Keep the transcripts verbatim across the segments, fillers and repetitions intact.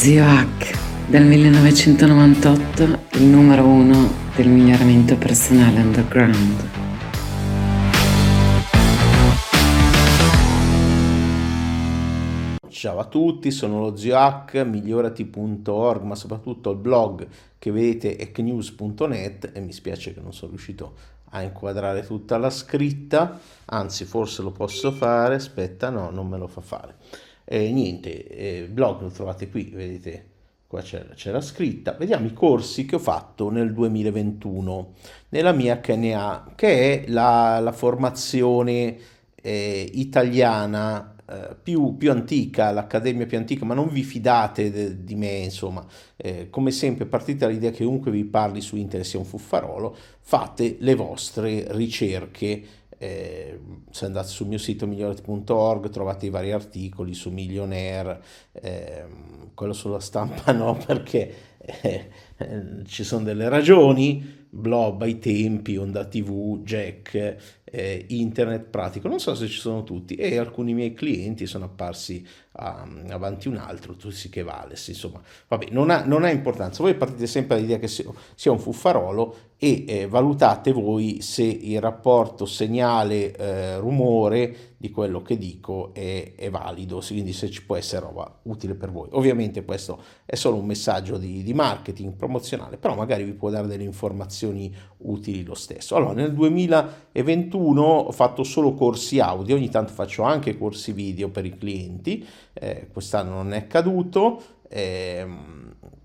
Zio Hack, del millenovecentonovantotto, il numero uno del miglioramento personale underground. Ciao a tutti, sono lo Zio Hack, migliorati punto org, ma soprattutto il blog che vedete hack news punto net, e mi spiace che non sono riuscito a inquadrare tutta la scritta, anzi forse lo posso fare, aspetta, no, non me lo fa fare. E niente, eh, il blog lo trovate qui, vedete, qua c'è, c'è la scritta. Vediamo i corsi che ho fatto nel duemilaventuno nella mia H N A, che è la, la formazione eh, italiana eh, più, più antica, l'accademia più antica, ma non vi fidate de- di me, insomma. Eh, come sempre partite dall'idea che chiunque vi parli su internet sia un fuffarolo, fate le vostre ricerche. Eh, se andate sul mio sito migliorati punto org trovate i vari articoli su Millionaire, ehm, quello sulla stampa no, perché eh, eh, ci sono delle ragioni. Blob ai tempi, Onda tivù, Jack, eh, internet pratico, non so se ci sono tutti, e alcuni miei clienti sono apparsi a- avanti un altro, tu sì che vales, insomma, vabbè, non ha, non ha importanza, voi partite sempre dall'idea che sia, sia un fuffarolo e eh, valutate voi se il rapporto segnale-rumore di quello che dico è, è valido, quindi se ci può essere roba utile per voi. Ovviamente questo è solo un messaggio di, di marketing promozionale, però magari vi può dare delle informazioni utili lo stesso. Allora, nel duemilaventuno ho fatto solo corsi audio, ogni tanto faccio anche corsi video per i clienti, eh, quest'anno non è accaduto. ehm,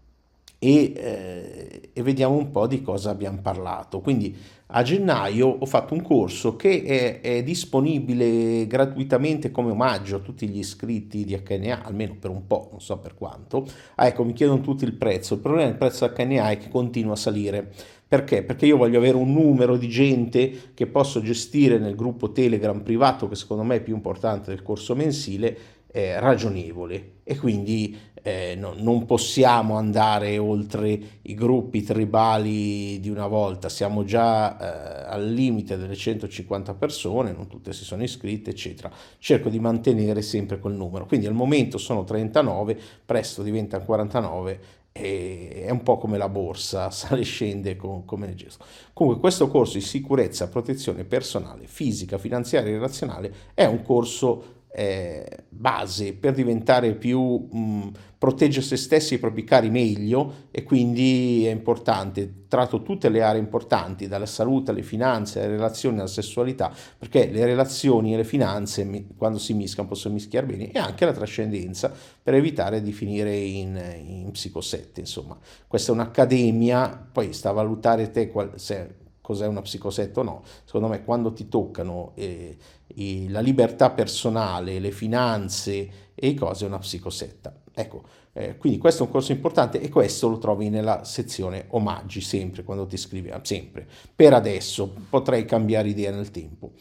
e, eh, e vediamo un po' di cosa abbiamo parlato. Quindi a gennaio ho fatto un corso che è, è disponibile gratuitamente come omaggio a tutti gli iscritti di H N A, almeno per un po', non so per quanto. Ah, ecco, mi chiedono tutti il prezzo. Il problema del prezzo H N A è che continua a salire. Perché? Perché io voglio avere un numero di gente che posso gestire nel gruppo Telegram privato, che secondo me è più importante del corso mensile, eh, ragionevole. E quindi eh, no- non possiamo andare oltre i gruppi tribali di una volta, siamo già eh, al limite delle centocinquanta persone, non tutte si sono iscritte, eccetera. Cerco di mantenere sempre quel numero. Quindi al momento sono trentanove, presto diventano quarantanove. E è un po' come la borsa, sale e scende con- come nel gesto. Comunque, questo corso di sicurezza, protezione personale, fisica, finanziaria e relazionale è un corso eh, base per diventare più mh, proteggere se stessi e i propri cari meglio, e quindi è importante. Tratto tutte le aree importanti, dalla salute alle finanze, alle relazioni, alla sessualità, perché le relazioni e le finanze mi- quando si mischiano possono mischiare bene, e anche la trascendenza, per evitare di finire in, in psicosette. Insomma, questa è un'accademia, poi sta a valutare te qual- se cos'è una psicosetta o no. Secondo me quando ti toccano eh, i- la libertà personale, le finanze e i cose, è una psicosetta. Ecco, eh, quindi questo è un corso importante, e questo lo trovi nella sezione omaggi, sempre quando ti iscrivi, ah, sempre. Per adesso potrei cambiare idea nel tempo.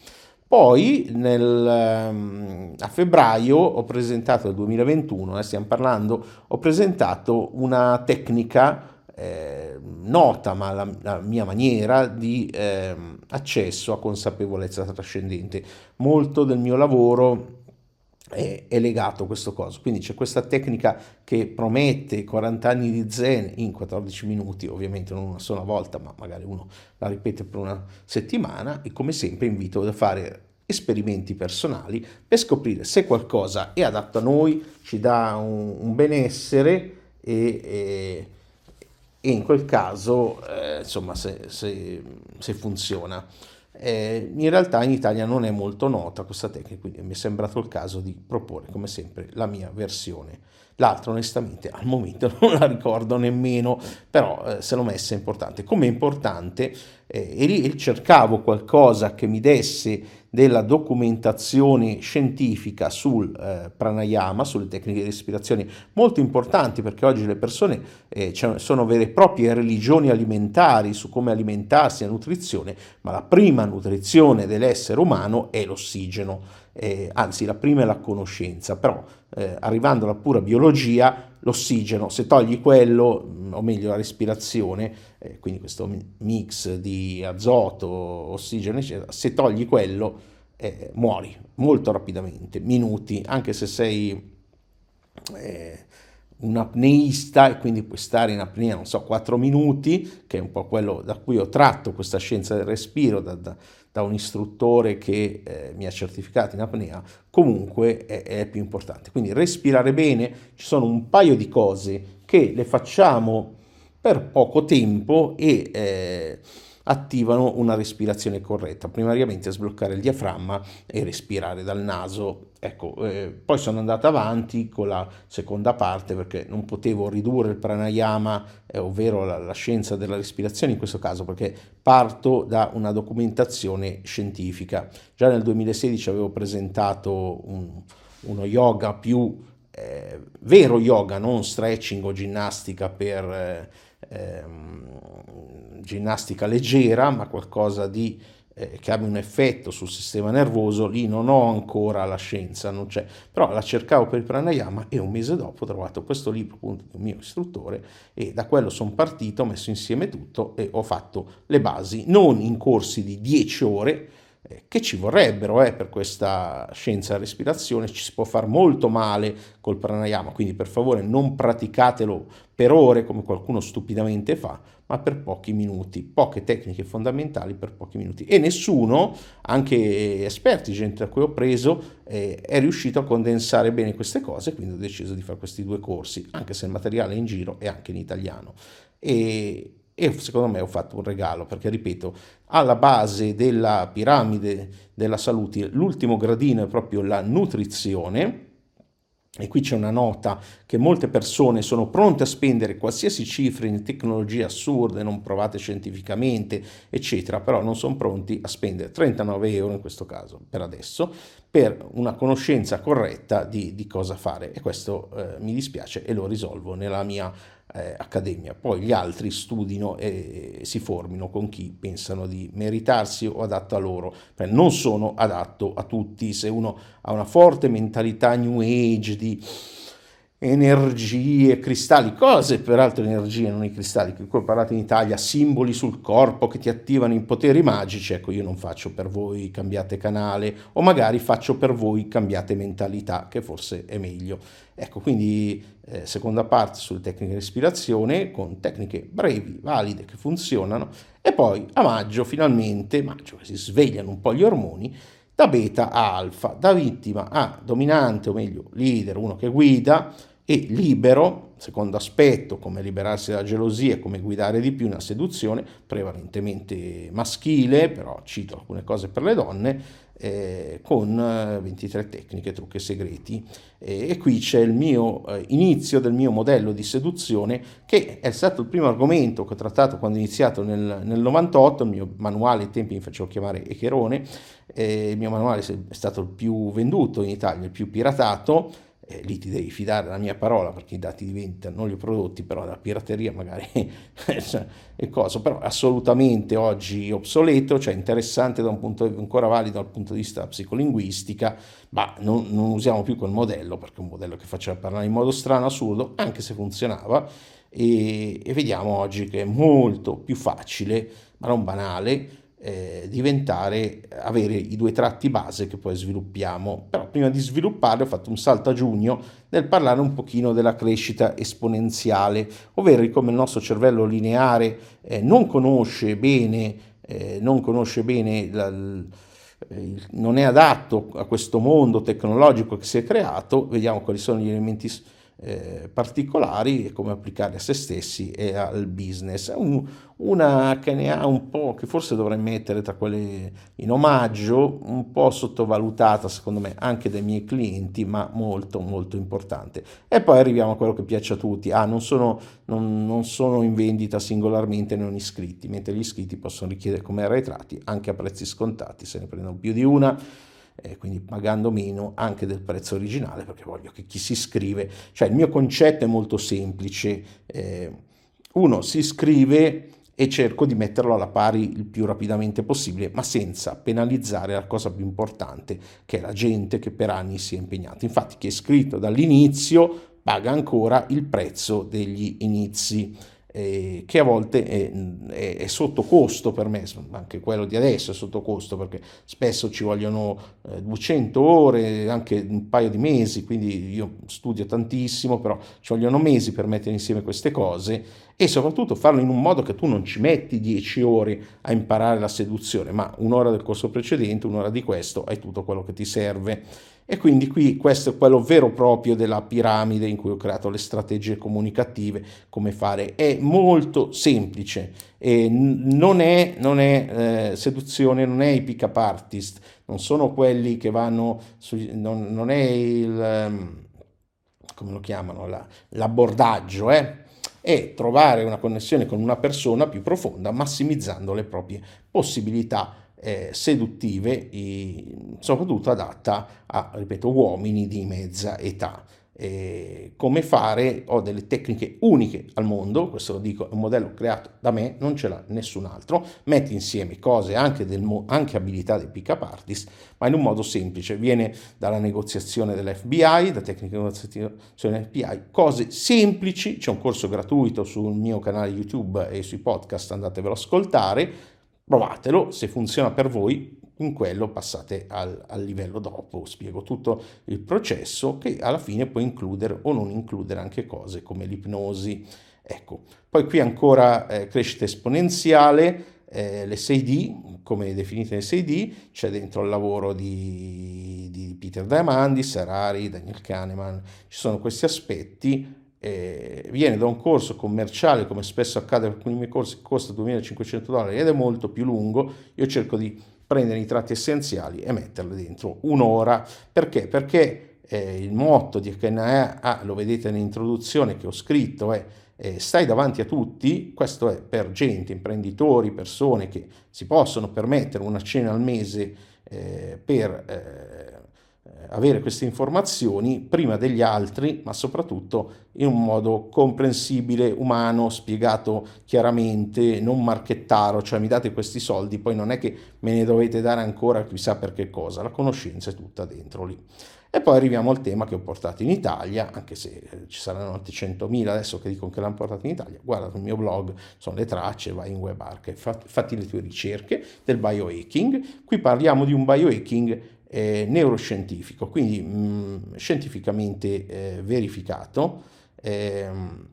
Poi nel, ehm, a febbraio ho presentato, nel duemilaventuno, eh, stiamo parlando, ho presentato una tecnica eh, nota, ma la, la mia maniera di ehm, accesso a consapevolezza trascendente. Molto del mio lavoro è, è legato a questo coso. Quindi c'è questa tecnica che promette quaranta anni di zen in quattordici minuti, ovviamente non una sola volta, ma magari uno la ripete per una settimana, e come sempre invito a fare esperimenti personali per scoprire se qualcosa è adatto a noi, ci dà un, un benessere, e, e, e in quel caso eh, insomma se, se, se funziona. Eh, in realtà in Italia non è molto nota questa tecnica, quindi mi è sembrato il caso di proporre come sempre la mia versione. L'altra onestamente al momento non la ricordo nemmeno, però eh, se l'ho messa è importante. Come è importante, eh, e lì cercavo qualcosa che mi desse della documentazione scientifica sul eh, pranayama, sulle tecniche di respirazione, molto importanti, perché oggi le persone eh, cioè, sono vere e proprie religioni alimentari su come alimentarsi, la nutrizione, ma la prima nutrizione dell'essere umano è l'ossigeno. Eh, anzi, la prima è la conoscenza, però eh, arrivando alla pura biologia, l'ossigeno, se togli quello, o meglio la respirazione, eh, quindi questo mix di azoto, ossigeno, eccetera, se togli quello eh, muori molto rapidamente, minuti, anche se sei eh, un apneista e quindi puoi stare in apnea, non so, quattro minuti, che è un po' quello da cui ho tratto questa scienza del respiro, da, da, da un istruttore che eh, mi ha certificato in apnea, comunque è, è più importante. Quindi respirare bene, ci sono un paio di cose che le facciamo per poco tempo e eh, attivano una respirazione corretta, primariamente sbloccare il diaframma e respirare dal naso. Ecco, eh, poi sono andato avanti con la seconda parte perché non potevo ridurre il pranayama, eh, ovvero la, la scienza della respirazione in questo caso, perché parto da una documentazione scientifica. Già nel duemilasedici avevo presentato un, uno yoga più eh, vero yoga, non stretching o ginnastica per eh, ehm, ginnastica leggera, ma qualcosa di eh, che abbia un effetto sul sistema nervoso. Lì non ho ancora la scienza, non c'è, però la cercavo per il pranayama e un mese dopo ho trovato questo libro appunto di un mio istruttore e da quello sono partito, ho messo insieme tutto e ho fatto le basi, non in corsi di dieci ore, eh, che ci vorrebbero eh, per questa scienza della respirazione. Ci si può far molto male col pranayama, quindi per favore non praticatelo per ore come qualcuno stupidamente fa, ma per pochi minuti, poche tecniche fondamentali per pochi minuti. E nessuno, anche esperti, gente da cui ho preso, eh, è riuscito a condensare bene queste cose, quindi ho deciso di fare questi due corsi, anche se il materiale è in giro e anche in italiano. E, e secondo me ho fatto un regalo, perché ripeto, alla base della piramide della salute, l'ultimo gradino è proprio la nutrizione. E qui c'è una nota che molte persone sono pronte a spendere qualsiasi cifra in tecnologie assurde, non provate scientificamente, eccetera, però non sono pronti a spendere trentanove euro in questo caso, per adesso, per una conoscenza corretta di, di cosa fare. E questo eh, mi dispiace e lo risolvo nella mia eh, accademia. Poi gli altri studino e si formino con chi pensano di meritarsi o adatto a loro. Non sono adatto a tutti. Se uno ha una forte mentalità new age di energie, cristalli, cose peraltro energie, non i cristalli, che poi parlate in Italia, simboli sul corpo che ti attivano i poteri magici, ecco, io non faccio per voi, cambiate canale, o magari faccio per voi, cambiate mentalità, che forse è meglio. Ecco, quindi eh, seconda parte sulle tecniche di respirazione, con tecniche brevi, valide, che funzionano, e poi a maggio, finalmente, maggio che si svegliano un po' gli ormoni, da beta a alfa, da vittima a dominante, o meglio leader, uno che guida, e libero, secondo aspetto, come liberarsi dalla gelosia, come guidare di più una seduzione, prevalentemente maschile, però cito alcune cose per le donne, eh, con ventitré tecniche, trucchi e segreti. E, e qui c'è il mio eh, inizio del mio modello di seduzione, che è stato il primo argomento che ho trattato quando ho iniziato nel, nel novantotto, il mio manuale, ai tempi mi facevo chiamare Echerone, eh, il mio manuale è stato il più venduto in Italia, il più piratato. Eh, lì ti devi fidare della mia parola perché i dati di vendita non li ho prodotti, però la pirateria magari è cosa, però assolutamente oggi obsoleto, cioè interessante da un punto di, ancora valido dal punto di vista psicolinguistica, ma non, non usiamo più quel modello perché è un modello che faceva parlare in modo strano, assurdo, anche se funzionava, e, e vediamo oggi che è molto più facile, ma non banale, Eh, diventare, avere i due tratti base che poi sviluppiamo. Però prima di svilupparli ho fatto un salto a giugno nel parlare un pochino della crescita esponenziale, ovvero di come il nostro cervello lineare eh, non conosce bene, eh, non conosce bene la, eh, non è adatto a questo mondo tecnologico che si è creato. Vediamo quali sono gli elementi Eh, particolari e come applicarli a se stessi e al business. È un, una che ne ha un po', che forse dovrei mettere tra quelle in omaggio, un po' sottovalutata secondo me anche dai miei clienti, ma molto molto importante. E poi arriviamo a quello che piace a tutti. Ah, non sono, non, non sono in vendita singolarmente non iscritti, mentre gli iscritti possono richiedere come arretrati anche a prezzi scontati, se ne prendono più di una, Eh, quindi pagando meno anche del prezzo originale, perché voglio che chi si iscrive, cioè il mio concetto è molto semplice, eh, uno si iscrive e cerco di metterlo alla pari il più rapidamente possibile, ma senza penalizzare la cosa più importante, che è la gente che per anni si è impegnata. Infatti chi è iscritto dall'inizio paga ancora il prezzo degli inizi. eh, che a volte è, è, è sotto costo per me, anche quello di adesso è sotto costo perché spesso ci vogliono eh, duecento ore, anche un paio di mesi, quindi io studio tantissimo, però ci vogliono mesi per mettere insieme queste cose e soprattutto farlo in un modo che tu non ci metti dieci ore a imparare la seduzione, ma un'ora del corso precedente, un'ora di questo, hai tutto quello che ti serve. E quindi qui questo è quello vero proprio della piramide in cui ho creato le strategie comunicative, come fare. È molto semplice, e non è, non è eh, seduzione, non è i pick-up artist, non sono quelli che vanno, su, non, non è il, um, come lo chiamano, la, l'abbordaggio, eh? È trovare una connessione con una persona più profonda, massimizzando le proprie possibilità Eh, seduttive, e soprattutto adatta a, ripeto, uomini di mezza età. Eh, come fare? Ho delle tecniche uniche al mondo, questo lo dico, è un modello creato da me, non ce l'ha nessun altro, metti insieme cose anche, del, anche abilità dei pick-up artist, ma in un modo semplice, viene dalla negoziazione dell'F B I, da tecniche di negoziazione dell'F B I, cose semplici, c'è un corso gratuito sul mio canale YouTube e sui podcast, andatevelo a ascoltare, provatelo, se funziona per voi, in quello passate al, al livello dopo, spiego tutto il processo che alla fine può includere o non includere anche cose come l'ipnosi. Ecco, poi qui ancora eh, crescita esponenziale, eh, le sei D, come definite le sei D, c'è dentro il lavoro di, di Peter Diamandis, Harari, Daniel Kahneman, ci sono questi aspetti. Eh, viene da un corso commerciale, come spesso accade per alcuni miei corsi, che costa duemilacinquecento dollari ed è molto più lungo. Io cerco di prendere i tratti essenziali e metterli dentro un'ora. Perché? Perché eh, il motto di H N A, lo vedete nell'introduzione che ho scritto, è eh, stai davanti a tutti. Questo è per gente, imprenditori, persone che si possono permettere una cena al mese eh, per eh, avere queste informazioni prima degli altri, ma soprattutto in un modo comprensibile, umano, spiegato chiaramente, non marchettaro, cioè mi date questi soldi, poi non è che me ne dovete dare ancora chissà per che cosa, la conoscenza è tutta dentro lì. E poi arriviamo al tema che ho portato in Italia, anche se ci saranno altri centomila adesso che dicono che l'hanno portato in Italia, guarda sul mio blog, sono le tracce, vai in WebArchive, fatti, fatti le tue ricerche del biohacking. Qui parliamo di un biohacking eh, neuroscientifico, quindi mh, scientificamente eh, verificato. Eh,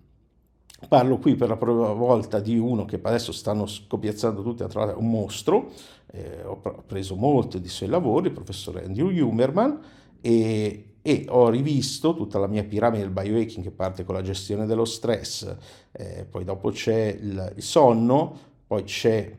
parlo qui per la prima volta di uno che adesso stanno scopiazzando tutti a trovare un mostro, eh, ho preso molto di suoi lavori, il professore Andrew Huberman, e, e ho rivisto tutta la mia piramide del biohacking che parte con la gestione dello stress, eh, poi dopo c'è il, il sonno, poi c'è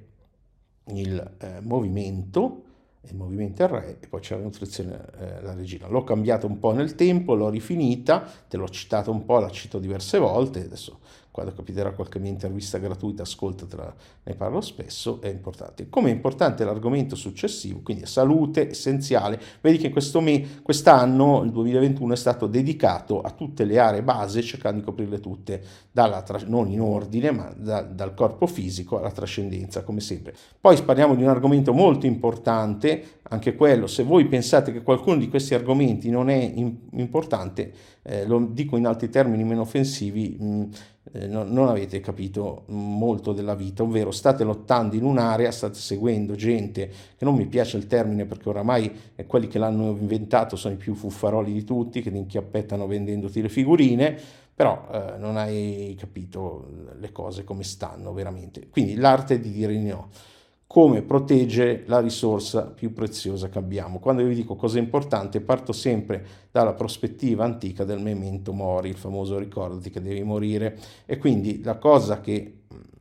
il eh, movimento, il movimento è il re, e poi c'è la nutrizione, eh, la regina. L'ho cambiato un po' nel tempo, l'ho rifinita, te l'ho citato un po', la cito diverse volte, adesso quando capiterà qualche mia intervista gratuita ascoltatela, ne parlo spesso, è importante. Come è importante l'argomento successivo, quindi salute essenziale, vedi che questo me, quest'anno, il duemilaventuno, è stato dedicato a tutte le aree base, cercando di coprirle tutte, dalla, non in ordine, ma da, dal corpo fisico alla trascendenza, come sempre. Poi parliamo di un argomento molto importante, anche quello, se voi pensate che qualcuno di questi argomenti non è in, importante, eh, lo dico in altri termini meno offensivi, mh, eh, no, non avete capito molto della vita, ovvero state lottando in un'area, state seguendo gente che non mi piace il termine perché oramai eh, quelli che l'hanno inventato sono i più fuffaroli di tutti, che ti inchiappettano vendendoti le figurine, però eh, non hai capito le cose come stanno veramente. Quindi l'arte di dire di no. Come protegge la risorsa più preziosa che abbiamo. Quando io vi dico cosa è importante, parto sempre dalla prospettiva antica del memento mori, il famoso ricordati che devi morire, e quindi la cosa che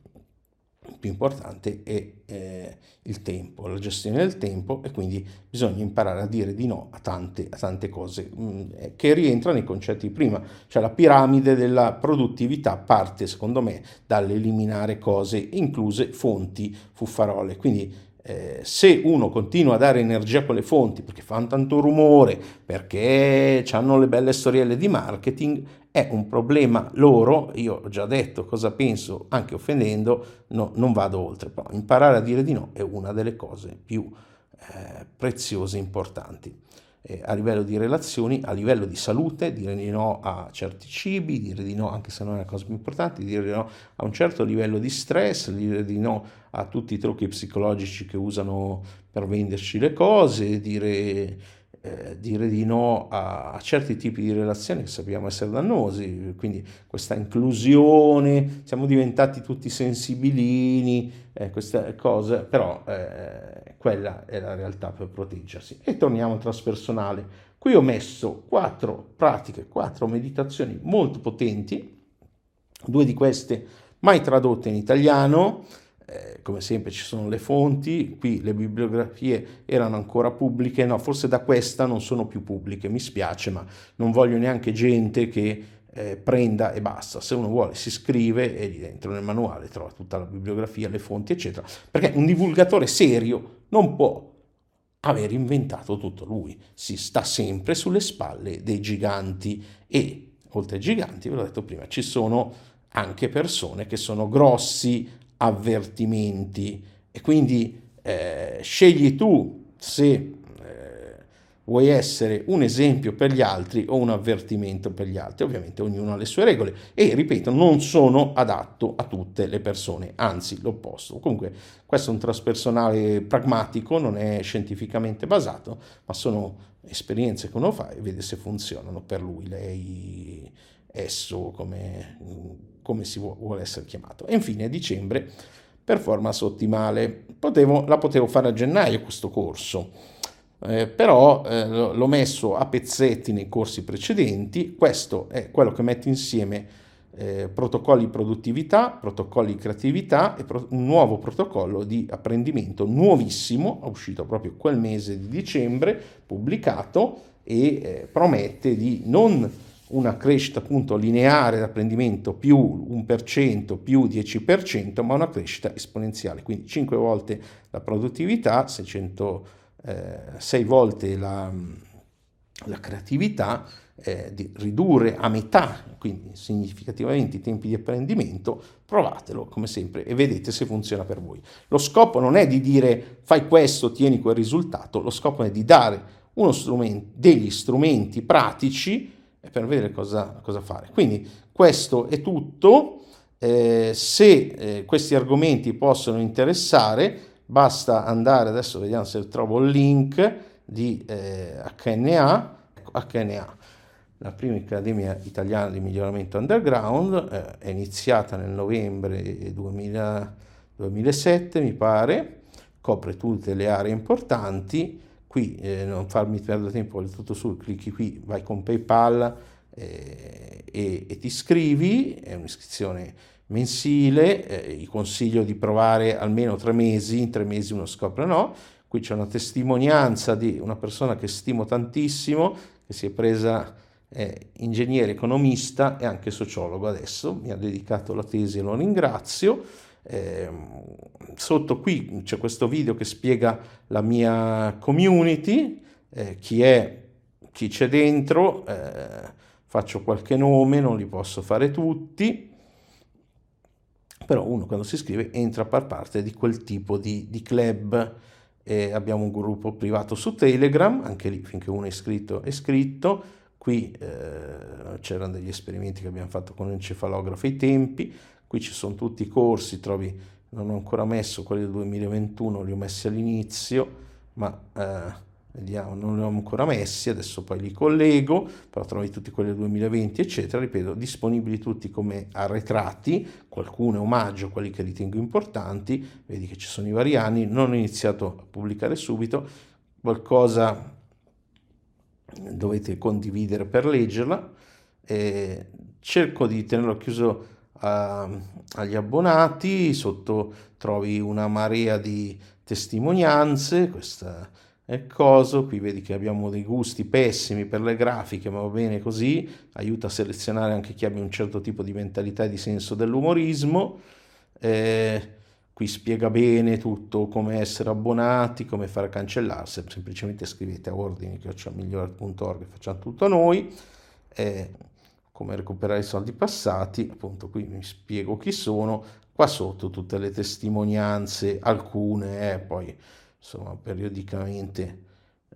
più importante è eh, il tempo, la gestione del tempo, e quindi bisogna imparare a dire di no a tante, a tante cose mh, che rientrano nei concetti di prima, cioè la piramide della produttività parte secondo me dall'eliminare cose, incluse fonti fuffarole, quindi Eh, se uno continua a dare energia a quelle fonti perché fanno tanto rumore, perché hanno le belle storielle di marketing, è un problema loro. Io ho già detto cosa penso, anche offendendo, no, non vado oltre, però imparare a dire di no è una delle cose più eh, preziose e importanti. eh, a livello di relazioni, a livello di salute, dire di no a certi cibi, dire di no, anche se non è una cosa più importante, dire di no a un certo livello di stress, dire di no a tutti i trucchi psicologici che usano per venderci le cose, dire, eh, dire di no a, a certi tipi di relazioni che sappiamo essere dannosi, quindi questa inclusione, siamo diventati tutti sensibilini, eh, queste cose, però eh, quella è la realtà per proteggersi. E torniamo al transpersonale. Qui ho messo quattro pratiche, quattro meditazioni molto potenti, due di queste mai tradotte in italiano. Eh, come sempre ci sono le fonti, qui le bibliografie erano ancora pubbliche, no, forse da questa non sono più pubbliche, mi spiace, ma non voglio neanche gente che eh, prenda e basta. Se uno vuole si iscrive e lì dentro nel manuale trova tutta la bibliografia, le fonti eccetera, perché un divulgatore serio non può aver inventato tutto lui, si sta sempre sulle spalle dei giganti e oltre ai giganti, ve l'ho detto prima, ci sono anche persone che sono grossi avvertimenti e quindi eh, scegli tu se eh, vuoi essere un esempio per gli altri o un avvertimento per gli altri. Ovviamente ognuno ha le sue regole e ripeto, non sono adatto a tutte le persone, anzi l'opposto. Comunque questo è un transpersonale pragmatico, non è scientificamente basato, ma sono esperienze che uno fa e vede se funzionano per lui, lei, esso, come, come si vuole essere chiamato. E infine dicembre, performance ottimale. Potevo, la potevo fare a gennaio questo corso, eh, però eh, l'ho messo a pezzetti nei corsi precedenti. Questo è quello che mette insieme eh, protocolli di produttività, protocolli di creatività e pro- un nuovo protocollo di apprendimento nuovissimo, è uscito proprio quel mese di dicembre, pubblicato, e eh, promette di non una crescita appunto lineare d'apprendimento più uno per cento più dieci per cento, ma una crescita esponenziale, quindi cinque volte la produttività, seicento, eh, sei volte la, la creatività, eh, di ridurre a metà, quindi significativamente i tempi di apprendimento. Provatelo come sempre e vedete se funziona per voi. Lo scopo non è di dire fai questo, tieni quel risultato, lo scopo è di dare uno strumento, degli strumenti pratici per vedere cosa, cosa fare. Quindi questo è tutto. Eh, se eh, questi argomenti possono interessare, basta andare, adesso vediamo se trovo il link di eh, H N A, H N A, la prima Accademia Italiana di Miglioramento Underground, eh, è iniziata nel novembre duemila, duemilasette mi pare, copre tutte le aree importanti. Qui eh, non farmi perdere tempo, tutto su, clicchi qui, vai con PayPal eh, e, e ti iscrivi, è un'iscrizione mensile, eh, vi consiglio di provare almeno tre mesi, in tre mesi uno scopre no. Qui c'è una testimonianza di una persona che stimo tantissimo, che si è presa eh, ingegnere, economista e anche sociologo adesso, mi ha dedicato la tesi e lo ringrazio. Eh, sotto qui c'è questo video che spiega la mia community, eh, chi è, chi c'è dentro, eh, faccio qualche nome, non li posso fare tutti, però uno quando si iscrive entra a far parte di quel tipo di, di club. Eh, abbiamo un gruppo privato su Telegram, anche lì finché uno è iscritto è iscritto. Qui eh, c'erano degli esperimenti che abbiamo fatto con l'encefalografo ai tempi. Qui ci sono tutti i corsi, trovi, non ho ancora messo quelli del duemilaventuno, li ho messi all'inizio, ma eh, vediamo, non li ho ancora messi, adesso poi li collego, però trovi tutti quelli del duemilaventi, eccetera, ripeto, disponibili tutti come arretrati, qualcuno è omaggio, quelli che ritengo importanti, vedi che ci sono i vari anni, non ho iniziato a pubblicare subito, qualcosa dovete condividere per leggerla, eh, cerco di tenerlo chiuso agli abbonati, sotto trovi una marea di testimonianze, questa è cosa, qui vedi che abbiamo dei gusti pessimi per le grafiche, ma va bene così, aiuta a selezionare anche chi abbia un certo tipo di mentalità e di senso dell'umorismo. Eh, qui spiega bene tutto, come essere abbonati, come fare a cancellarsi, semplicemente scrivete a ordini chiocciola migliorare punto org, facciamo tutto noi. Eh, come recuperare i soldi passati, appunto qui mi spiego chi sono, qua sotto tutte le testimonianze, alcune, eh, poi insomma periodicamente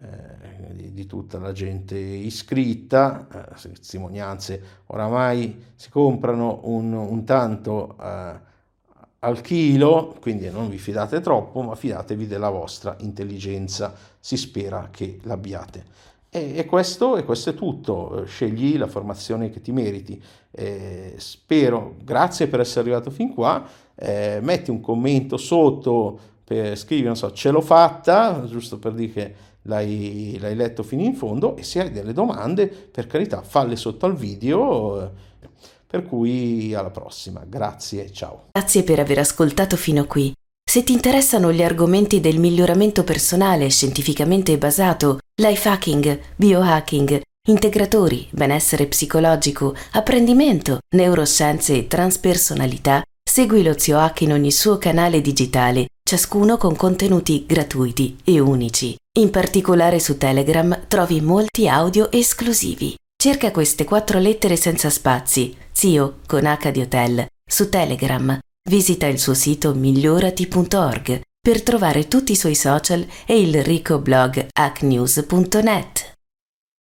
eh, di, di tutta la gente iscritta, eh, testimonianze oramai si comprano un, un tanto eh, al chilo, quindi non vi fidate troppo, ma fidatevi della vostra intelligenza, si spera che l'abbiate. E, e, questo, e questo è tutto, scegli la formazione che ti meriti. Eh, spero, grazie per essere arrivato fin qua, eh, metti un commento sotto, per scrivi, non so, ce l'ho fatta, giusto per dire che l'hai, l'hai letto fino in fondo, e se hai delle domande, per carità, falle sotto al video. Per cui alla prossima, grazie, ciao. Grazie per aver ascoltato fino qui. Se ti interessano gli argomenti del miglioramento personale scientificamente basato, life hacking, biohacking, integratori, benessere psicologico, apprendimento, neuroscienze e transpersonalità, segui lo Zio Hack in ogni suo canale digitale, ciascuno con contenuti gratuiti e unici. In particolare su Telegram trovi molti audio esclusivi. Cerca queste quattro lettere senza spazi, Zio con H di Hotel, su Telegram. Visita il suo sito migliorati punto org per trovare tutti i suoi social e il ricco blog hack news punto net.